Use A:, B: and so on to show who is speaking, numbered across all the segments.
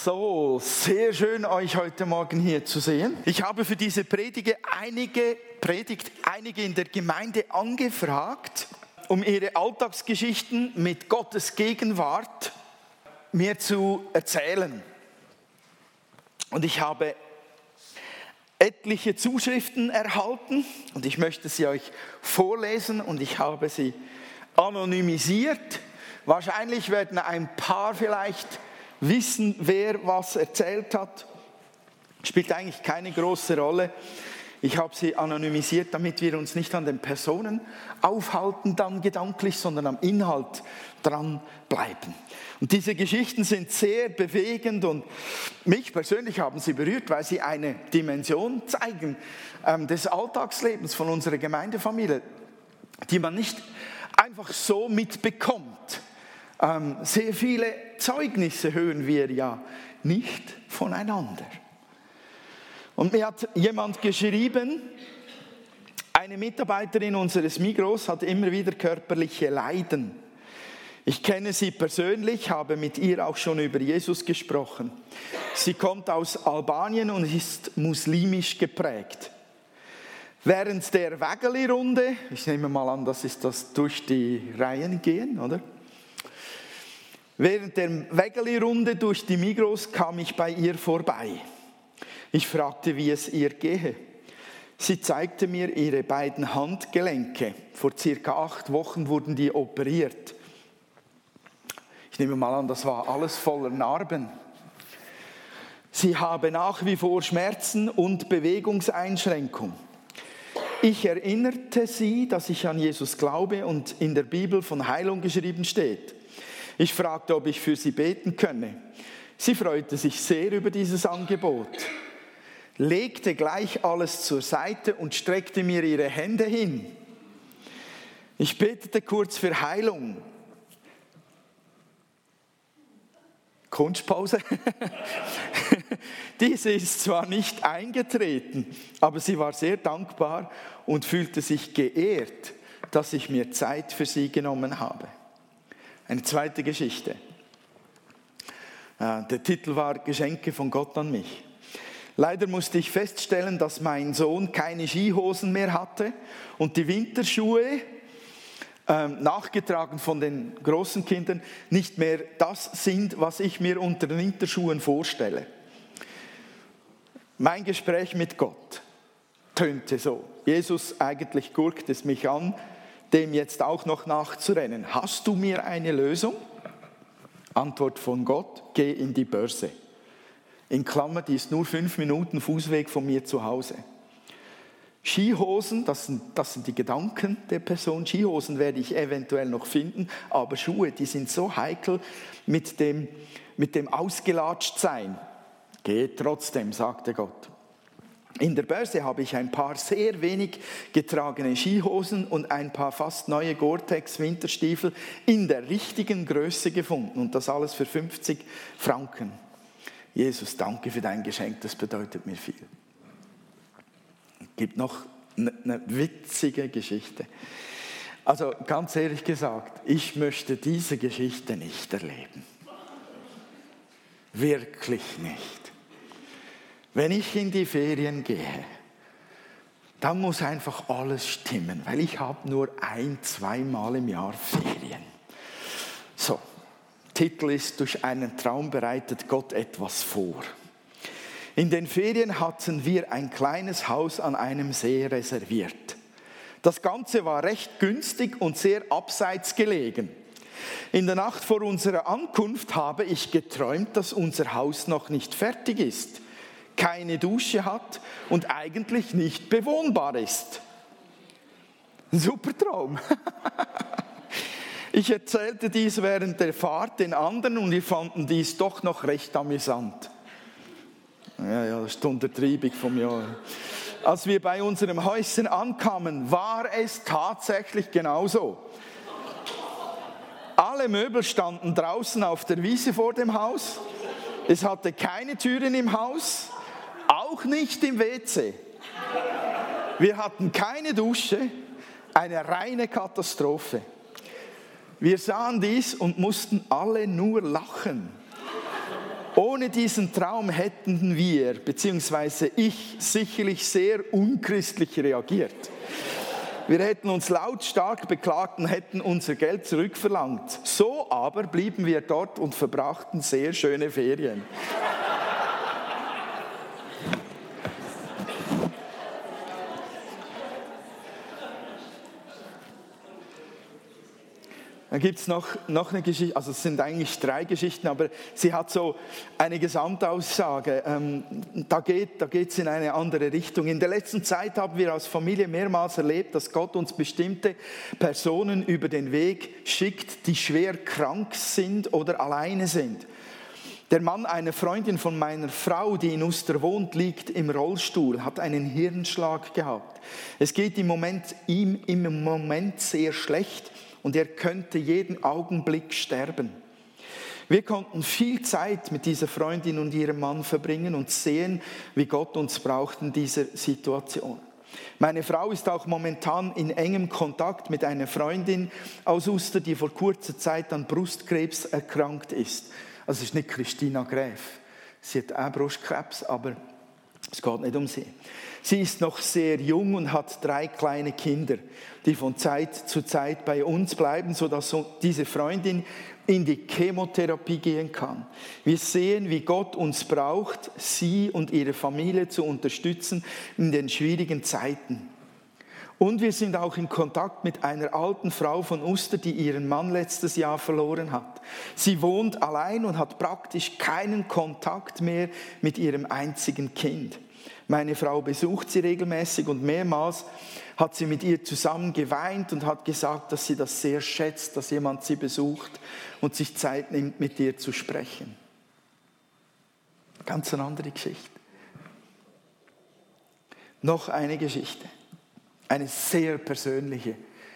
A: So, sehr schön, euch heute Morgen hier zu sehen. Ich habe für diese Predigt einige in der Gemeinde angefragt, um ihre Alltagsgeschichten mit Gottes Gegenwart mir zu erzählen. Und ich habe etliche Zuschriften erhalten und ich möchte sie euch vorlesen und ich habe sie anonymisiert. Wahrscheinlich werden ein paar vielleicht wissen, wer was erzählt hat. Spielt eigentlich keine große Rolle. Ich habe sie anonymisiert, damit wir uns nicht an den Personen aufhalten, dann gedanklich, sondern am Inhalt dranbleiben. Und diese Geschichten sind sehr bewegend und mich persönlich haben sie berührt, weil sie eine Dimension zeigen des Alltagslebens von unserer Gemeindefamilie, die man nicht einfach so mitbekommt. Sehr viele Zeugnisse hören wir ja nicht voneinander. Und mir hat jemand geschrieben, eine Mitarbeiterin unseres Migros hat immer wieder körperliche Leiden. Ich kenne sie persönlich, habe mit ihr auch schon über Jesus gesprochen. Sie kommt aus Albanien und ist muslimisch geprägt. Während der Wägeli-Runde, ich nehme mal an, das ist das durch die Reihen gehen, oder? Während der Wägeli-Runde durch die Migros kam ich bei ihr vorbei. Ich fragte, wie es ihr gehe. Sie zeigte mir ihre beiden Handgelenke. Vor circa 8 Wochen wurden die operiert. Ich nehme mal an, das war alles voller Narben. Sie habe nach wie vor Schmerzen und Bewegungseinschränkung. Ich erinnerte sie, dass ich an Jesus glaube und in der Bibel von Heilung geschrieben steht. Ich fragte, ob ich für sie beten könne. Sie freute sich sehr über dieses Angebot, legte gleich alles zur Seite und streckte mir ihre Hände hin. Ich betete kurz für Heilung. Kunstpause. Diese ist zwar nicht eingetreten, aber sie war sehr dankbar und fühlte sich geehrt, dass ich mir Zeit für sie genommen habe. Eine zweite Geschichte. Der Titel war Geschenke von Gott an mich. Leider musste ich feststellen, dass mein Sohn keine Skihosen mehr hatte und die Winterschuhe, nachgetragen von den großen Kindern, nicht mehr das sind, was ich mir unter den Winterschuhen vorstelle. Mein Gespräch mit Gott tönte so. Jesus, eigentlich gurkt es mich an, dem jetzt auch noch nachzurennen. Hast du mir eine Lösung? Antwort von Gott, geh in die Börse. In Klammer, die ist nur 5 Minuten Fußweg von mir zu Hause. Skihosen, das sind die Gedanken der Person. Skihosen werde ich eventuell noch finden, aber Schuhe, die sind so heikel mit dem ausgelatscht sein. Geht trotzdem, sagte Gott. In der Börse habe ich ein paar sehr wenig getragene Skihosen und ein paar fast neue Gore-Tex Winterstiefel in der richtigen Größe gefunden und das alles für 50 Franken. Jesus, danke für dein Geschenk, das bedeutet mir viel. Es gibt noch eine witzige Geschichte. Also ganz ehrlich gesagt, ich möchte diese Geschichte nicht erleben. Wirklich nicht. Wenn ich in die Ferien gehe, dann muss einfach alles stimmen, weil ich habe nur 1-2 Mal im Jahr Ferien. So, Titel ist, durch einen Traum bereitet Gott etwas vor. In den Ferien hatten wir ein kleines Haus an einem See reserviert. Das Ganze war recht günstig und sehr abseits gelegen. In der Nacht vor unserer Ankunft habe ich geträumt, dass unser Haus noch nicht fertig ist, keine Dusche hat und eigentlich nicht bewohnbar ist. Super Traum. Ich erzählte dies während der Fahrt den anderen und die fanden dies doch noch recht amüsant. Ja, das ist untertriebig vom Jahr. Als wir bei unserem Häuschen ankamen, war es tatsächlich genauso. Alle Möbel standen draußen auf der Wiese vor dem Haus. Es hatte keine Türen im Haus, auch nicht im WC. Wir hatten keine Dusche, eine reine Katastrophe. Wir sahen dies und mussten alle nur lachen. Ohne diesen Traum hätten wir, beziehungsweise ich, sicherlich sehr unchristlich reagiert. Wir hätten uns lautstark beklagt und hätten unser Geld zurückverlangt. So aber blieben wir dort und verbrachten sehr schöne Ferien. Dann gibt es noch eine Geschichte, also es sind eigentlich 3 Geschichten, aber sie hat so eine Gesamtaussage. Da geht es in eine andere Richtung. In der letzten Zeit haben wir als Familie mehrmals erlebt, dass Gott uns bestimmte Personen über den Weg schickt, die schwer krank sind oder alleine sind. Der Mann einer Freundin von meiner Frau, die in Uster wohnt, liegt im Rollstuhl, hat einen Hirnschlag gehabt. Es geht ihm im Moment sehr schlecht. Und er könnte jeden Augenblick sterben. Wir konnten viel Zeit mit dieser Freundin und ihrem Mann verbringen und sehen, wie Gott uns braucht in dieser Situation. Meine Frau ist auch momentan in engem Kontakt mit einer Freundin aus Uster, die vor kurzer Zeit an Brustkrebs erkrankt ist. Also es ist nicht Christina Gräf. Sie hat auch Brustkrebs, aber es geht nicht um sie. Sie ist noch sehr jung und hat 3 kleine Kinder, die von Zeit zu Zeit bei uns bleiben, sodass diese Freundin in die Chemotherapie gehen kann. Wir sehen, wie Gott uns braucht, sie und ihre Familie zu unterstützen in den schwierigen Zeiten. Und wir sind auch in Kontakt mit einer alten Frau von Uster, die ihren Mann letztes Jahr verloren hat. Sie wohnt allein und hat praktisch keinen Kontakt mehr mit ihrem einzigen Kind. Meine Frau besucht sie regelmäßig und mehrmals hat sie mit ihr zusammen geweint und hat gesagt, dass sie das sehr schätzt, dass jemand sie besucht und sich Zeit nimmt, mit ihr zu sprechen. Ganz eine andere Geschichte. Noch eine Geschichte, eine sehr persönliche.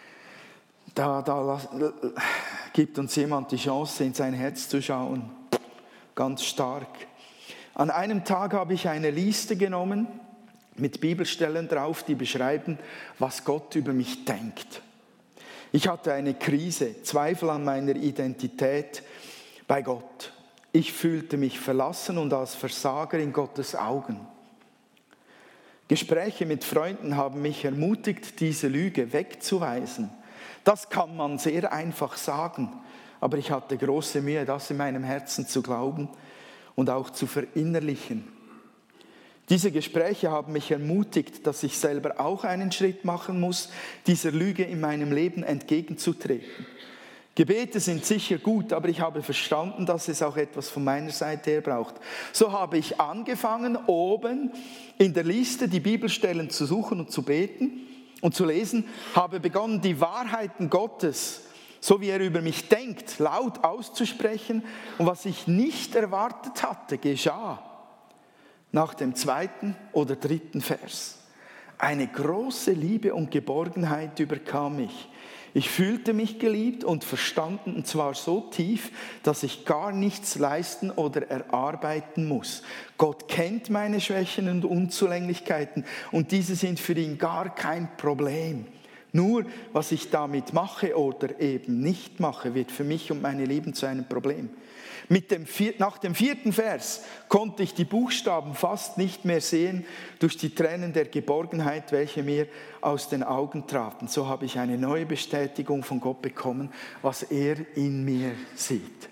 A: Da gibt uns jemand die Chance, in sein Herz zu schauen. Ganz stark. An einem Tag habe ich eine Liste genommen mit Bibelstellen drauf, die beschreiben, was Gott über mich denkt. Ich hatte eine Krise, Zweifel an meiner Identität bei Gott. Ich fühlte mich verlassen und als Versager in Gottes Augen. Gespräche mit Freunden haben mich ermutigt, diese Lüge wegzuweisen. Das kann man sehr einfach sagen, aber ich hatte große Mühe, das in meinem Herzen zu glauben und auch zu verinnerlichen. Diese Gespräche haben mich ermutigt, dass ich selber auch einen Schritt machen muss, dieser Lüge in meinem Leben entgegenzutreten. Gebete sind sicher gut, aber ich habe verstanden, dass es auch etwas von meiner Seite her braucht. So habe ich angefangen, oben in der Liste die Bibelstellen zu suchen und zu beten und zu lesen, habe begonnen, die Wahrheiten Gottes, so wie er über mich denkt, laut auszusprechen. Und was ich nicht erwartet hatte, geschah nach dem 2. oder 3. Vers. Eine große Liebe und Geborgenheit überkam mich. Ich fühlte mich geliebt und verstanden, und zwar so tief, dass ich gar nichts leisten oder erarbeiten muss. Gott kennt meine Schwächen und Unzulänglichkeiten und diese sind für ihn gar kein Problem. Nur, was ich damit mache oder eben nicht mache, wird für mich und meine Lieben zu einem Problem. Nach dem 4. Vers konnte ich die Buchstaben fast nicht mehr sehen durch die Tränen der Geborgenheit, welche mir aus den Augen traten. So habe ich eine neue Bestätigung von Gott bekommen, was er in mir sieht.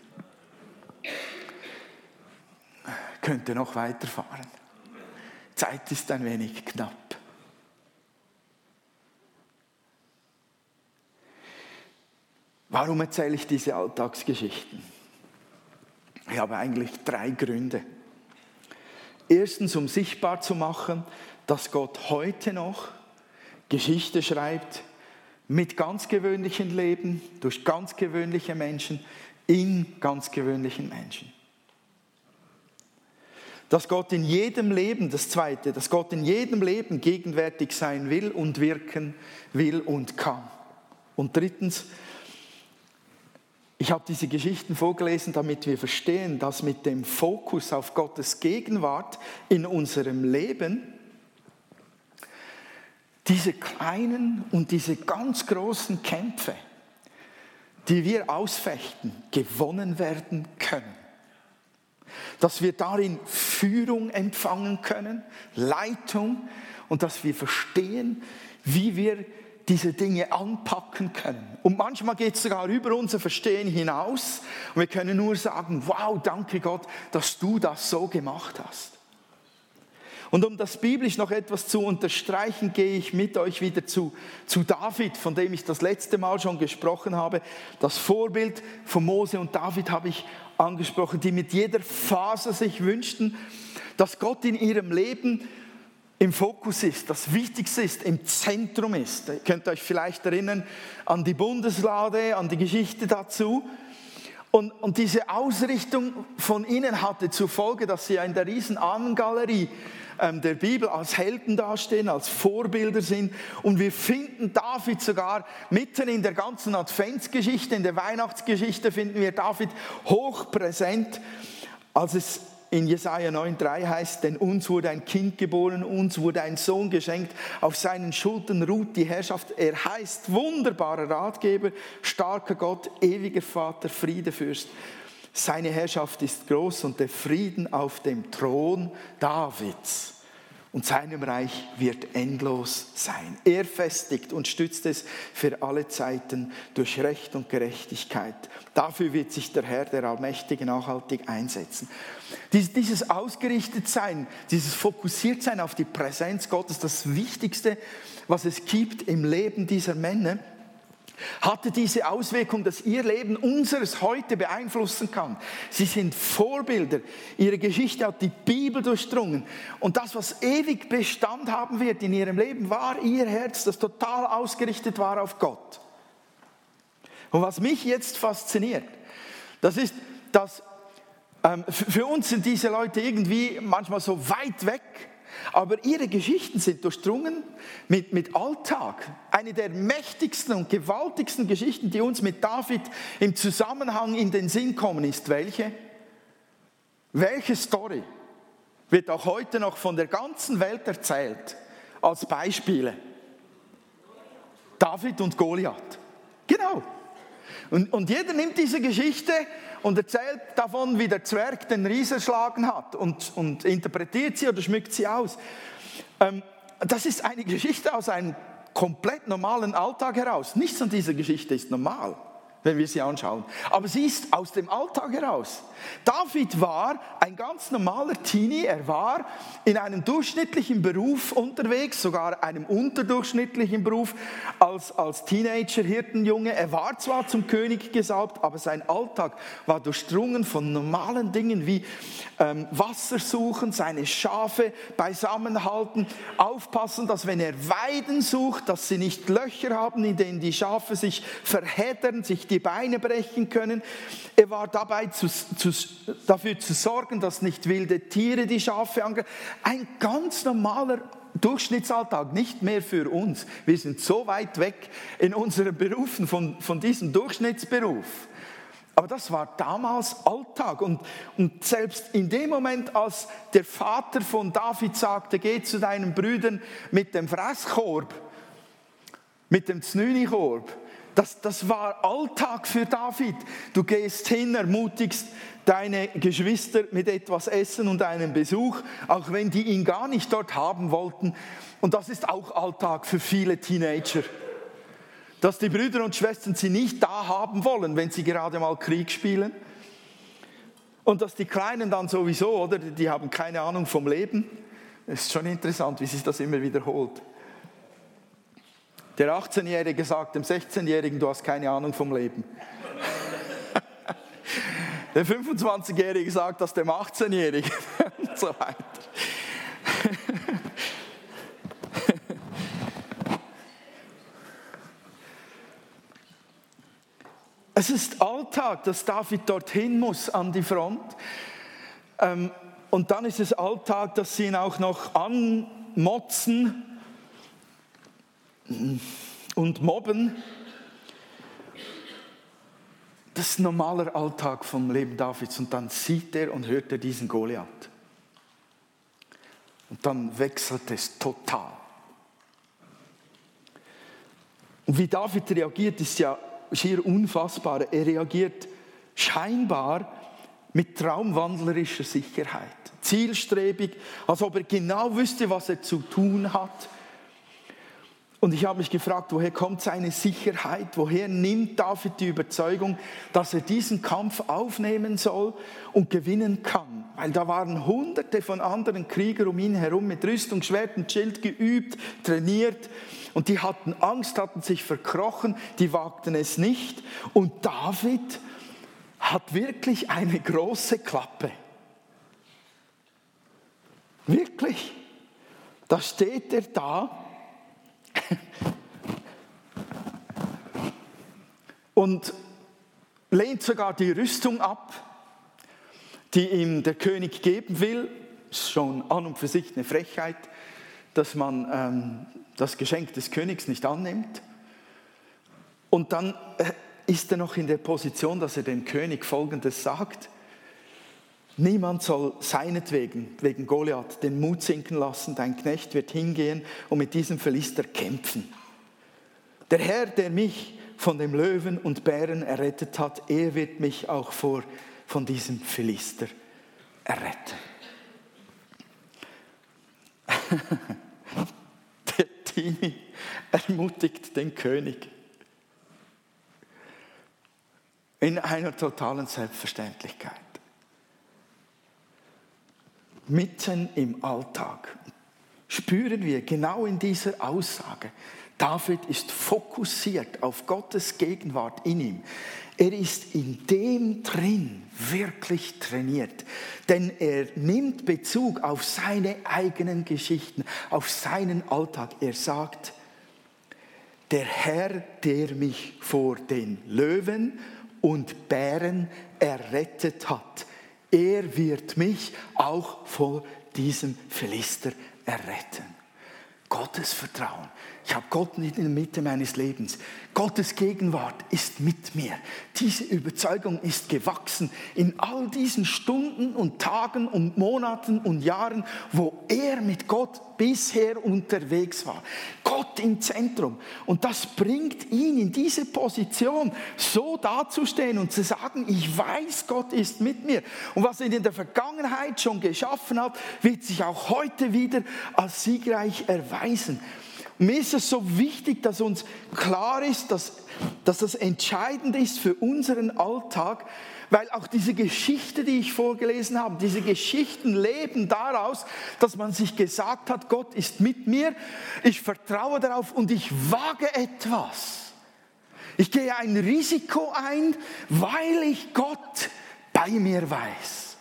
A: Ich könnte noch weiterfahren. Zeit ist ein wenig knapp. Warum erzähle ich diese Alltagsgeschichten? Ich habe eigentlich 3 Gründe. Erstens, um sichtbar zu machen, dass Gott heute noch Geschichte schreibt mit ganz gewöhnlichen Leben, durch ganz gewöhnliche Menschen, in ganz gewöhnlichen Menschen. Dass Gott in jedem Leben, das Zweite, dass Gott in jedem Leben gegenwärtig sein will und wirken will und kann. Und drittens, ich habe diese Geschichten vorgelesen, damit wir verstehen, dass mit dem Fokus auf Gottes Gegenwart in unserem Leben diese kleinen und diese ganz großen Kämpfe, die wir ausfechten, gewonnen werden können. dass wir darin Führung empfangen können, Leitung und dass wir verstehen, wie wir diese Dinge anpacken können. Und manchmal geht es sogar über unser Verstehen hinaus und wir können nur sagen, wow, danke Gott, dass du das so gemacht hast. Und um das biblisch noch etwas zu unterstreichen, gehe ich mit euch wieder zu David, von dem ich das letzte Mal schon gesprochen habe. Das Vorbild von Mose und David habe ich angesprochen, die mit jeder Faser sich wünschten, dass Gott in ihrem Leben im Fokus ist, das Wichtigste ist, im Zentrum ist. Ihr könnt euch vielleicht erinnern an die Bundeslade, an die Geschichte dazu. Und diese Ausrichtung von ihnen hatte zur Folge, dass sie in der riesen Ahnengalerie der Bibel als Helden dastehen, als Vorbilder sind. Und wir finden David sogar mitten in der ganzen Adventsgeschichte, in der Weihnachtsgeschichte finden wir David hochpräsent, als es in Jesaja 9,3 heißt, denn uns wurde ein Kind geboren, uns wurde ein Sohn geschenkt, auf seinen Schultern ruht die Herrschaft. Er heißt wunderbarer Ratgeber, starker Gott, ewiger Vater, Friedefürst. Seine Herrschaft ist groß und der Frieden auf dem Thron Davids und seinem Reich wird endlos sein. Er festigt und stützt es für alle Zeiten durch Recht und Gerechtigkeit. Dafür wird sich der Herr, der Allmächtige, nachhaltig einsetzen. Dieses Ausgerichtetsein, dieses Fokussiertsein auf die Präsenz Gottes, das Wichtigste, was es gibt im Leben dieser Männer, hatte diese Auswirkung, dass ihr Leben unseres heute beeinflussen kann. Sie sind Vorbilder. Ihre Geschichte hat die Bibel durchdrungen. Und das, was ewig Bestand haben wird in ihrem Leben, war ihr Herz, das total ausgerichtet war auf Gott. Und was mich jetzt fasziniert, das ist, dass für uns sind diese Leute irgendwie manchmal so weit weg, aber ihre Geschichten sind durchdrungen mit Alltag. Eine der mächtigsten und gewaltigsten Geschichten, die uns mit David im Zusammenhang in den Sinn kommen, ist welche? Welche Story wird auch heute noch von der ganzen Welt erzählt als Beispiele? David und Goliath. Genau. Und jeder nimmt diese Geschichte und erzählt davon, wie der Zwerg den Ries erschlagen hat und interpretiert sie oder schmückt sie aus. Das ist eine Geschichte aus einem komplett normalen Alltag heraus. Nichts an dieser Geschichte ist normal, wenn wir sie anschauen. Aber sie ist aus dem Alltag heraus. David war ein ganz normaler Teenie. Er war in einem durchschnittlichen Beruf unterwegs, sogar einem unterdurchschnittlichen Beruf als Teenager, Hirtenjunge. Er war zwar zum König gesalbt, aber sein Alltag war durchdrungen von normalen Dingen wie Wasser suchen, seine Schafe beisammenhalten, aufpassen, dass wenn er Weiden sucht, dass sie nicht Löcher haben, in denen die Schafe sich verheddern, sich die Beine brechen können. Er war dabei dafür zu sorgen, dass nicht wilde Tiere die Schafe angreifen. Ein ganz normaler Durchschnittsalltag, nicht mehr für uns. Wir sind so weit weg in unseren Berufen von diesem Durchschnittsberuf. Aber das war damals Alltag. Und selbst in dem Moment, als der Vater von David sagte, geh zu deinen Brüdern mit dem Fresskorb, mit dem Znünikorb, das war Alltag für David. Du gehst hin, ermutigst deine Geschwister mit etwas Essen und einem Besuch, auch wenn die ihn gar nicht dort haben wollten. Und das ist auch Alltag für viele Teenager. Dass die Brüder und Schwestern sie nicht da haben wollen, wenn sie gerade mal Krieg spielen. Und dass die Kleinen dann sowieso, oder, die haben keine Ahnung vom Leben. Es ist schon interessant, wie sich das immer wiederholt. Der 18-Jährige sagt dem 16-Jährigen, du hast keine Ahnung vom Leben. Der 25-Jährige sagt das dem 18-Jährigen und so weiter. Es ist Alltag, dass David dorthin muss an die Front. Und dann ist es Alltag, dass sie ihn auch noch anmotzen und mobben. Das ist ein normaler Alltag vom Leben Davids. Und dann sieht er und hört er diesen Goliath. Und dann wechselt es total. Und wie David reagiert, ist ja schier unfassbar. Er reagiert scheinbar mit traumwandlerischer Sicherheit. Zielstrebig, als ob er genau wüsste, was er zu tun hat. Und ich habe mich gefragt, woher kommt seine Sicherheit? Woher nimmt David die Überzeugung, dass er diesen Kampf aufnehmen soll und gewinnen kann? Weil da waren Hunderte von anderen Kriegern um ihn herum mit Rüstung, Schwert und Schild geübt, trainiert. Und die hatten Angst, hatten sich verkrochen, die wagten es nicht. Und David hat wirklich eine große Klappe. Wirklich. Da steht er da. Und lehnt sogar die Rüstung ab, die ihm der König geben will. Ist schon an und für sich eine Frechheit, dass man das Geschenk des Königs nicht annimmt. Und dann ist er noch in der Position, dass er dem König Folgendes sagt: Niemand soll seinetwegen, wegen Goliath, den Mut sinken lassen. Dein Knecht wird hingehen und mit diesem Philister kämpfen. Der Herr, der mich von dem Löwen und Bären errettet hat, er wird mich auch von diesem Philister erretten. Der Tini ermutigt den König in einer totalen Selbstverständlichkeit. Mitten im Alltag spüren wir genau in dieser Aussage, David ist fokussiert auf Gottes Gegenwart in ihm. Er ist in dem drin wirklich trainiert, denn er nimmt Bezug auf seine eigenen Geschichten, auf seinen Alltag. Er sagt, der Herr, der mich vor den Löwen und Bären errettet hat, er wird mich auch vor diesem Philister erretten. Gottes Vertrauen. Ich habe Gott nicht in der Mitte meines Lebens. Gottes Gegenwart ist mit mir. Diese Überzeugung ist gewachsen in all diesen Stunden und Tagen und Monaten und Jahren, wo er mit Gott bisher unterwegs war. Gott im Zentrum. Und das bringt ihn in diese Position, so dazustehen und zu sagen, ich weiß, Gott ist mit mir. Und was er in der Vergangenheit schon geschaffen hat, wird sich auch heute wieder als siegreich erweisen. Und mir ist es so wichtig, dass uns klar ist, dass das entscheidend ist für unseren Alltag, weil auch diese Geschichte, die ich vorgelesen habe, diese Geschichten leben daraus, dass man sich gesagt hat, Gott ist mit mir, ich vertraue darauf und ich wage etwas. Ich gehe ein Risiko ein, weil ich Gott bei mir weiß.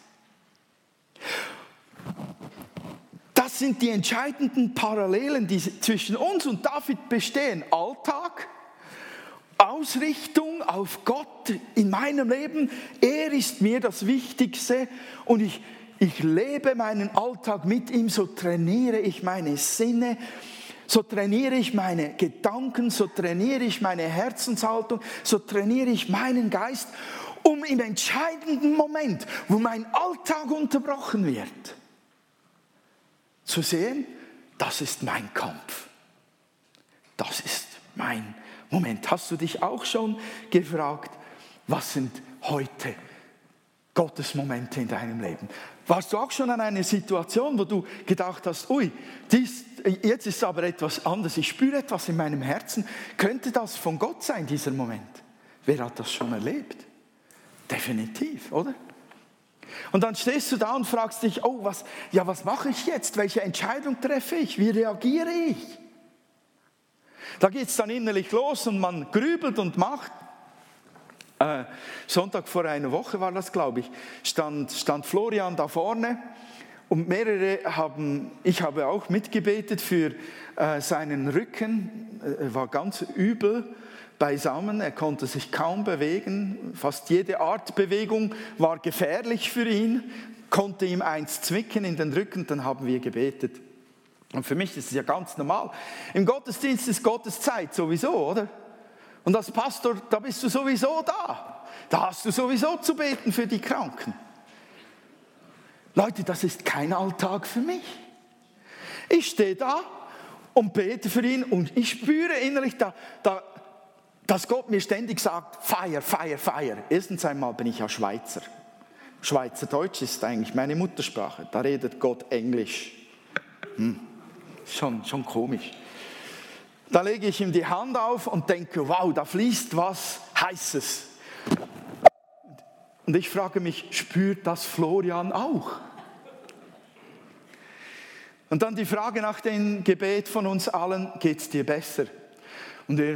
A: Das sind die entscheidenden Parallelen, die zwischen uns und David bestehen. Alltag, Ausrichtung auf Gott in meinem Leben. Er ist mir das Wichtigste und ich lebe meinen Alltag mit ihm. So trainiere ich meine Sinne, so trainiere ich meine Gedanken, so trainiere ich meine Herzenshaltung, so trainiere ich meinen Geist, um im entscheidenden Moment, wo mein Alltag unterbrochen wird, zu sehen, das ist mein Kampf. Das ist mein Moment. Hast du dich auch schon gefragt, was sind heute Gottes Momente in deinem Leben? Warst du auch schon an einer Situation, wo du gedacht hast, jetzt ist aber etwas anderes, ich spüre etwas in meinem Herzen. Könnte das von Gott sein, dieser Moment? Wer hat das schon erlebt? Definitiv, oder? Und dann stehst du da und fragst dich, was mache ich jetzt? Welche Entscheidung treffe ich? Wie reagiere ich? Da geht es dann innerlich los und man grübelt und macht. Sonntag vor einer Woche war das, glaube ich, stand Florian da vorne und ich habe auch mitgebetet für seinen Rücken. Er war ganz übel beisammen, er konnte sich kaum bewegen, fast jede Art Bewegung war gefährlich für ihn, konnte ihm eins zwicken in den Rücken, dann haben wir gebetet. Und für mich ist es ja ganz normal. Im Gottesdienst ist Gotteszeit sowieso, oder? Und als Pastor, da bist du sowieso da. Da hast du sowieso zu beten für die Kranken. Leute, das ist kein Alltag für mich. Ich stehe da und bete für ihn und ich spüre innerlich dass Gott mir ständig sagt, Feier, Feier, Feier. Erstens einmal bin ich ja Schweizer. Schweizerdeutsch ist eigentlich meine Muttersprache. Da redet Gott Englisch. Schon komisch. Da lege ich ihm die Hand auf und denke, wow, da fließt was Heißes. Und ich frage mich, spürt das Florian auch? Und dann die Frage nach dem Gebet von uns allen, geht es dir besser? Und er,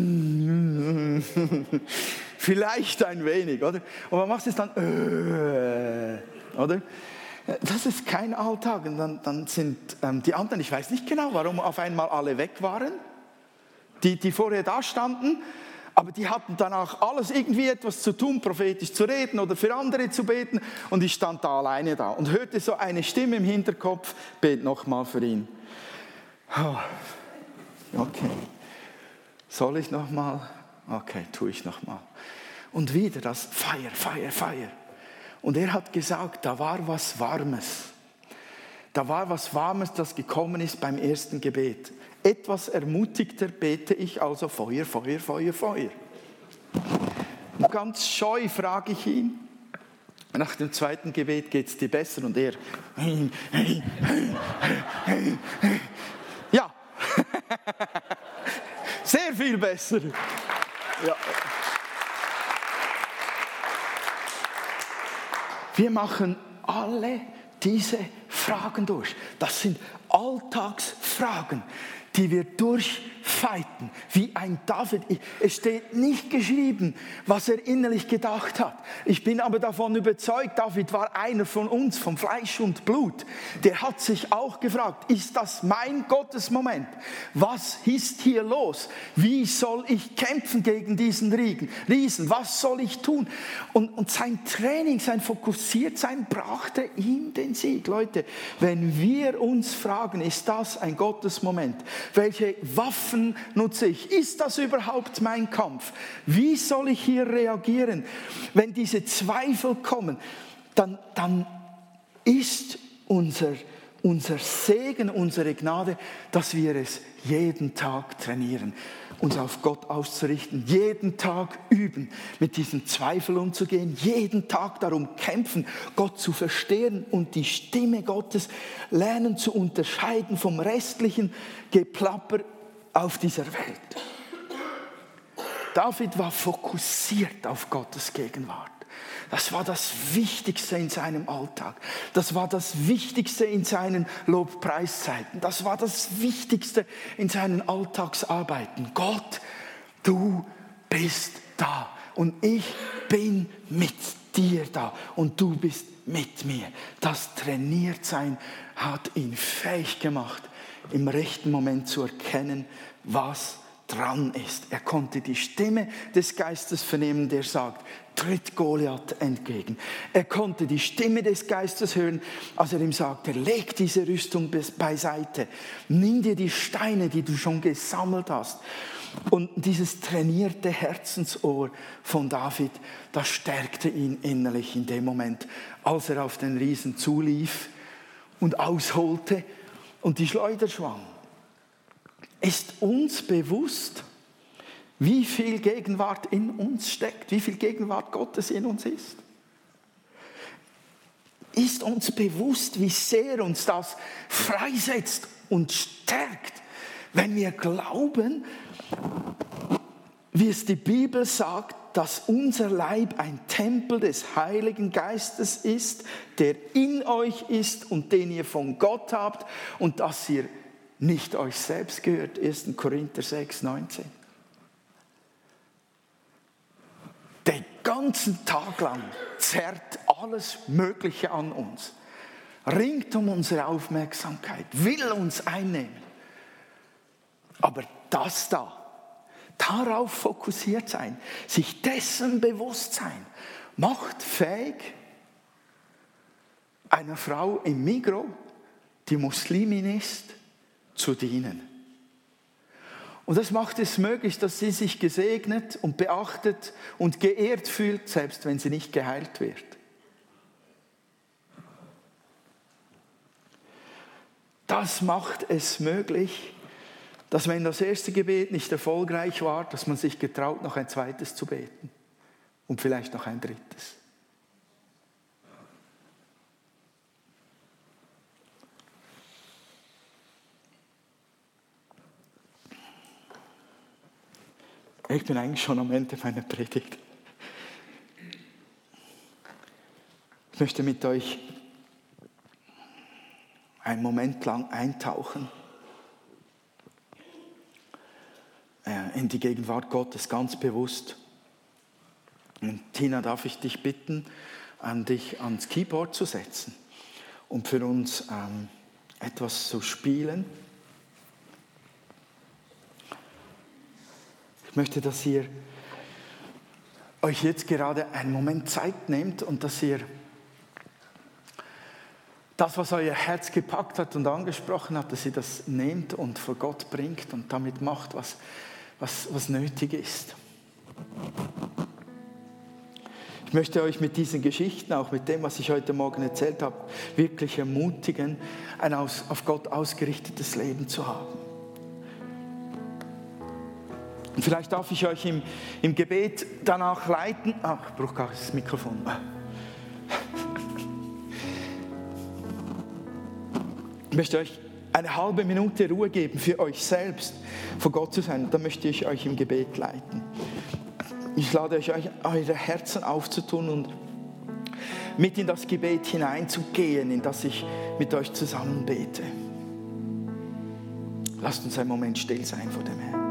A: vielleicht ein wenig, oder? Und man macht es dann, oder? Das ist kein Alltag. Und dann sind die anderen, ich weiß nicht genau, warum auf einmal alle weg waren, die vorher da standen, aber die hatten danach alles irgendwie etwas zu tun, prophetisch zu reden oder für andere zu beten. Und ich stand da alleine da und hörte so eine Stimme im Hinterkopf, bet nochmal für ihn. Okay. Soll ich nochmal? Okay, tue ich nochmal. Und wieder das Feuer, Feuer, Feuer. Und er hat gesagt, da war was Warmes. Da war was Warmes, das gekommen ist beim ersten Gebet. Etwas ermutigter bete ich also Feuer, Feuer, Feuer, Feuer. Und ganz scheu frage ich ihn. Nach dem zweiten Gebet geht es dir besser und er. Ja. Sehr viel besser. Ja. Wir machen alle diese Fragen durch. Das sind Alltagsfragen, die wir durchfighten, wie ein David. Es steht nicht geschrieben, was er innerlich gedacht hat. Ich bin aber davon überzeugt, David war einer von uns, von Fleisch und Blut. Der hat sich auch gefragt, ist das mein Gottesmoment? Was ist hier los? Wie soll ich kämpfen gegen diesen Riesen? Was soll ich tun? Und sein Training, sein Fokussiertsein brachte ihm den Sieg. Leute, wenn wir uns fragen, ist das ein Gottesmoment? Welche Waffen nutze ich? Ist das überhaupt mein Kampf? Wie soll ich hier reagieren? Wenn diese Zweifel kommen, dann ist unser Segen, unsere Gnade, dass wir es jeden Tag trainieren, uns auf Gott auszurichten, jeden Tag üben, mit diesen Zweifeln umzugehen, jeden Tag darum kämpfen, Gott zu verstehen und die Stimme Gottes lernen zu unterscheiden vom restlichen Geplapper auf dieser Welt. David war fokussiert auf Gottes Gegenwart. Das war das Wichtigste in seinem Alltag. Das war das Wichtigste in seinen Lobpreiszeiten. Das war das Wichtigste in seinen Alltagsarbeiten. Gott, du bist da und ich bin mit dir da und du bist mit mir. Das Trainiertsein hat ihn fähig gemacht, im rechten Moment zu erkennen, was dran ist. Er konnte die Stimme des Geistes vernehmen, der sagt, tritt Goliath entgegen. Er konnte die Stimme des Geistes hören, als er ihm sagte, leg diese Rüstung beiseite. Nimm dir die Steine, die du schon gesammelt hast. Und dieses trainierte Herzensohr von David, das stärkte ihn innerlich in dem Moment, als er auf den Riesen zulief und ausholte und die Schleuder schwang. Ist uns bewusst, wie viel Gegenwart in uns steckt, wie viel Gegenwart Gottes in uns ist? Ist uns bewusst, wie sehr uns das freisetzt und stärkt, wenn wir glauben, wie es die Bibel sagt, dass unser Leib ein Tempel des Heiligen Geistes ist, der in euch ist und den ihr von Gott habt und dass ihr nicht euch selbst gehört, 1. Korinther 6, 19. Den ganzen Tag lang zerrt alles Mögliche an uns, ringt um unsere Aufmerksamkeit, will uns einnehmen. Aber das da, darauf fokussiert sein, sich dessen bewusst sein, macht fähig, einer Frau im Migros, die Muslimin ist, zu dienen. Und das macht es möglich, dass sie sich gesegnet und beachtet und geehrt fühlt, selbst wenn sie nicht geheilt wird. Das macht es möglich, dass wenn das erste Gebet nicht erfolgreich war, dass man sich getraut, noch ein zweites zu beten und vielleicht noch ein drittes. Ich bin eigentlich schon am Ende meiner Predigt. Ich möchte mit euch einen Moment lang eintauchen in die Gegenwart Gottes, ganz bewusst. Und Tina, darf ich dich bitten, dich ans Keyboard zu setzen und für uns etwas zu spielen. Ich möchte, dass ihr euch jetzt gerade einen Moment Zeit nehmt und dass ihr das, was euer Herz gepackt hat und angesprochen hat, dass ihr das nehmt und vor Gott bringt und damit macht, was nötig ist. Ich möchte euch mit diesen Geschichten, auch mit dem, was ich heute Morgen erzählt habe, wirklich ermutigen, ein auf Gott ausgerichtetes Leben zu haben. Und vielleicht darf ich euch im Gebet danach leiten. Ich brauche gar das Mikrofon. Ich möchte euch eine halbe Minute Ruhe geben für euch selbst, vor Gott zu sein. Da möchte ich euch im Gebet leiten. Ich lade euch eure Herzen aufzutun und mit in das Gebet hineinzugehen, in das ich mit euch zusammen bete. Lasst uns einen Moment still sein vor dem Herrn.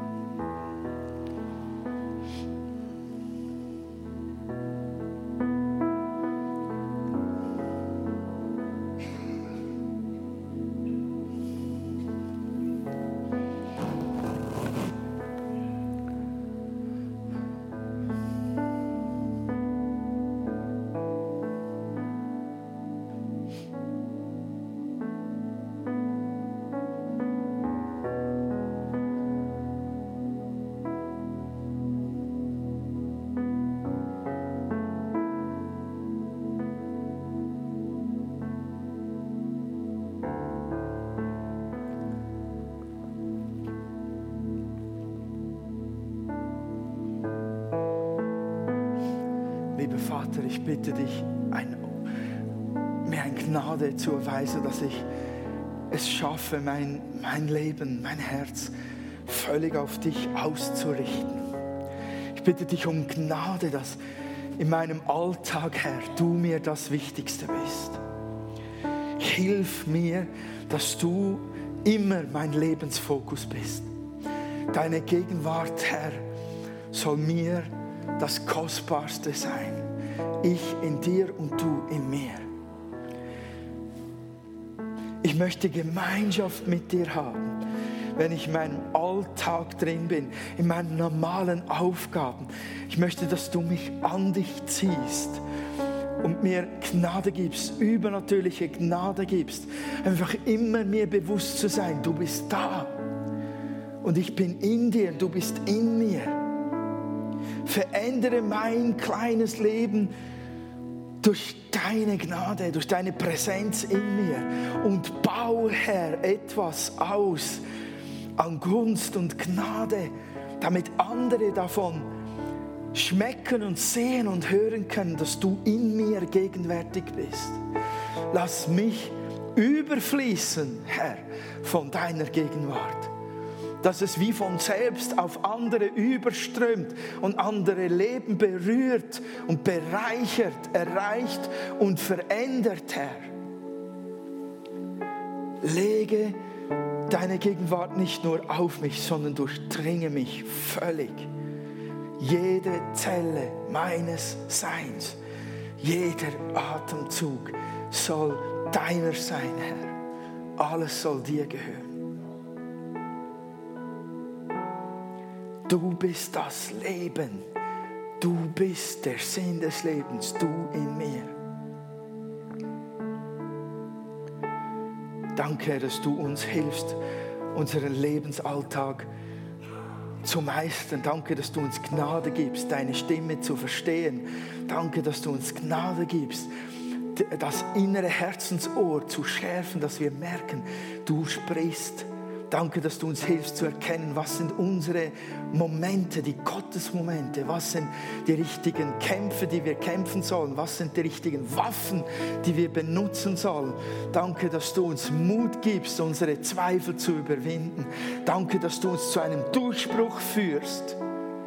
A: Lieber Vater, ich bitte dich, mir eine Gnade zu erweisen, dass ich es schaffe, mein Leben, mein Herz völlig auf dich auszurichten. Ich bitte dich um Gnade, dass in meinem Alltag, Herr, du mir das Wichtigste bist. Hilf mir, dass du immer mein Lebensfokus bist. Deine Gegenwart, Herr, soll mir das Kostbarste sein. Ich in dir und du in mir. Ich möchte Gemeinschaft mit dir haben, wenn ich in meinem Alltag drin bin, in meinen normalen Aufgaben. Ich möchte, dass du mich an dich ziehst und mir Gnade gibst, übernatürliche Gnade gibst. Einfach immer mir bewusst zu sein, du bist da und ich bin in dir, du bist in mir. Verändere mein kleines Leben durch deine Gnade, durch deine Präsenz in mir und baue, Herr, etwas aus an Gunst und Gnade, damit andere davon schmecken und sehen und hören können, dass du in mir gegenwärtig bist. Lass mich überfließen, Herr, von deiner Gegenwart. Dass es wie von selbst auf andere überströmt und andere Leben berührt und bereichert, erreicht und verändert, Herr. Lege deine Gegenwart nicht nur auf mich, sondern durchdringe mich völlig. Jede Zelle meines Seins, jeder Atemzug soll deiner sein, Herr. Alles soll dir gehören. Du bist das Leben. Du bist der Sinn des Lebens. Du in mir. Danke, dass du uns hilfst, unseren Lebensalltag zu meistern. Danke, dass du uns Gnade gibst, deine Stimme zu verstehen. Danke, dass du uns Gnade gibst, das innere Herzensohr zu schärfen, dass wir merken, du sprichst. Danke, dass du uns hilfst zu erkennen, was sind unsere Momente, die Gottesmomente, was sind die richtigen Kämpfe, die wir kämpfen sollen, was sind die richtigen Waffen, die wir benutzen sollen. Danke, dass du uns Mut gibst, unsere Zweifel zu überwinden. Danke, dass du uns zu einem Durchbruch führst.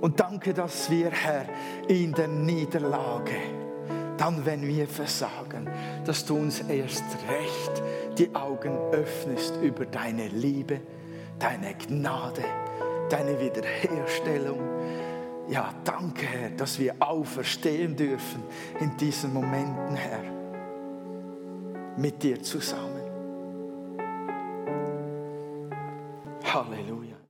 A: Und danke, dass wir, Herr, in der Niederlage, dann, wenn wir versagen, dass du uns erst recht die Augen öffnest über deine Liebe, deine Gnade, deine Wiederherstellung. Ja, danke, Herr, dass wir auferstehen dürfen in diesen Momenten, Herr, mit dir zusammen. Halleluja.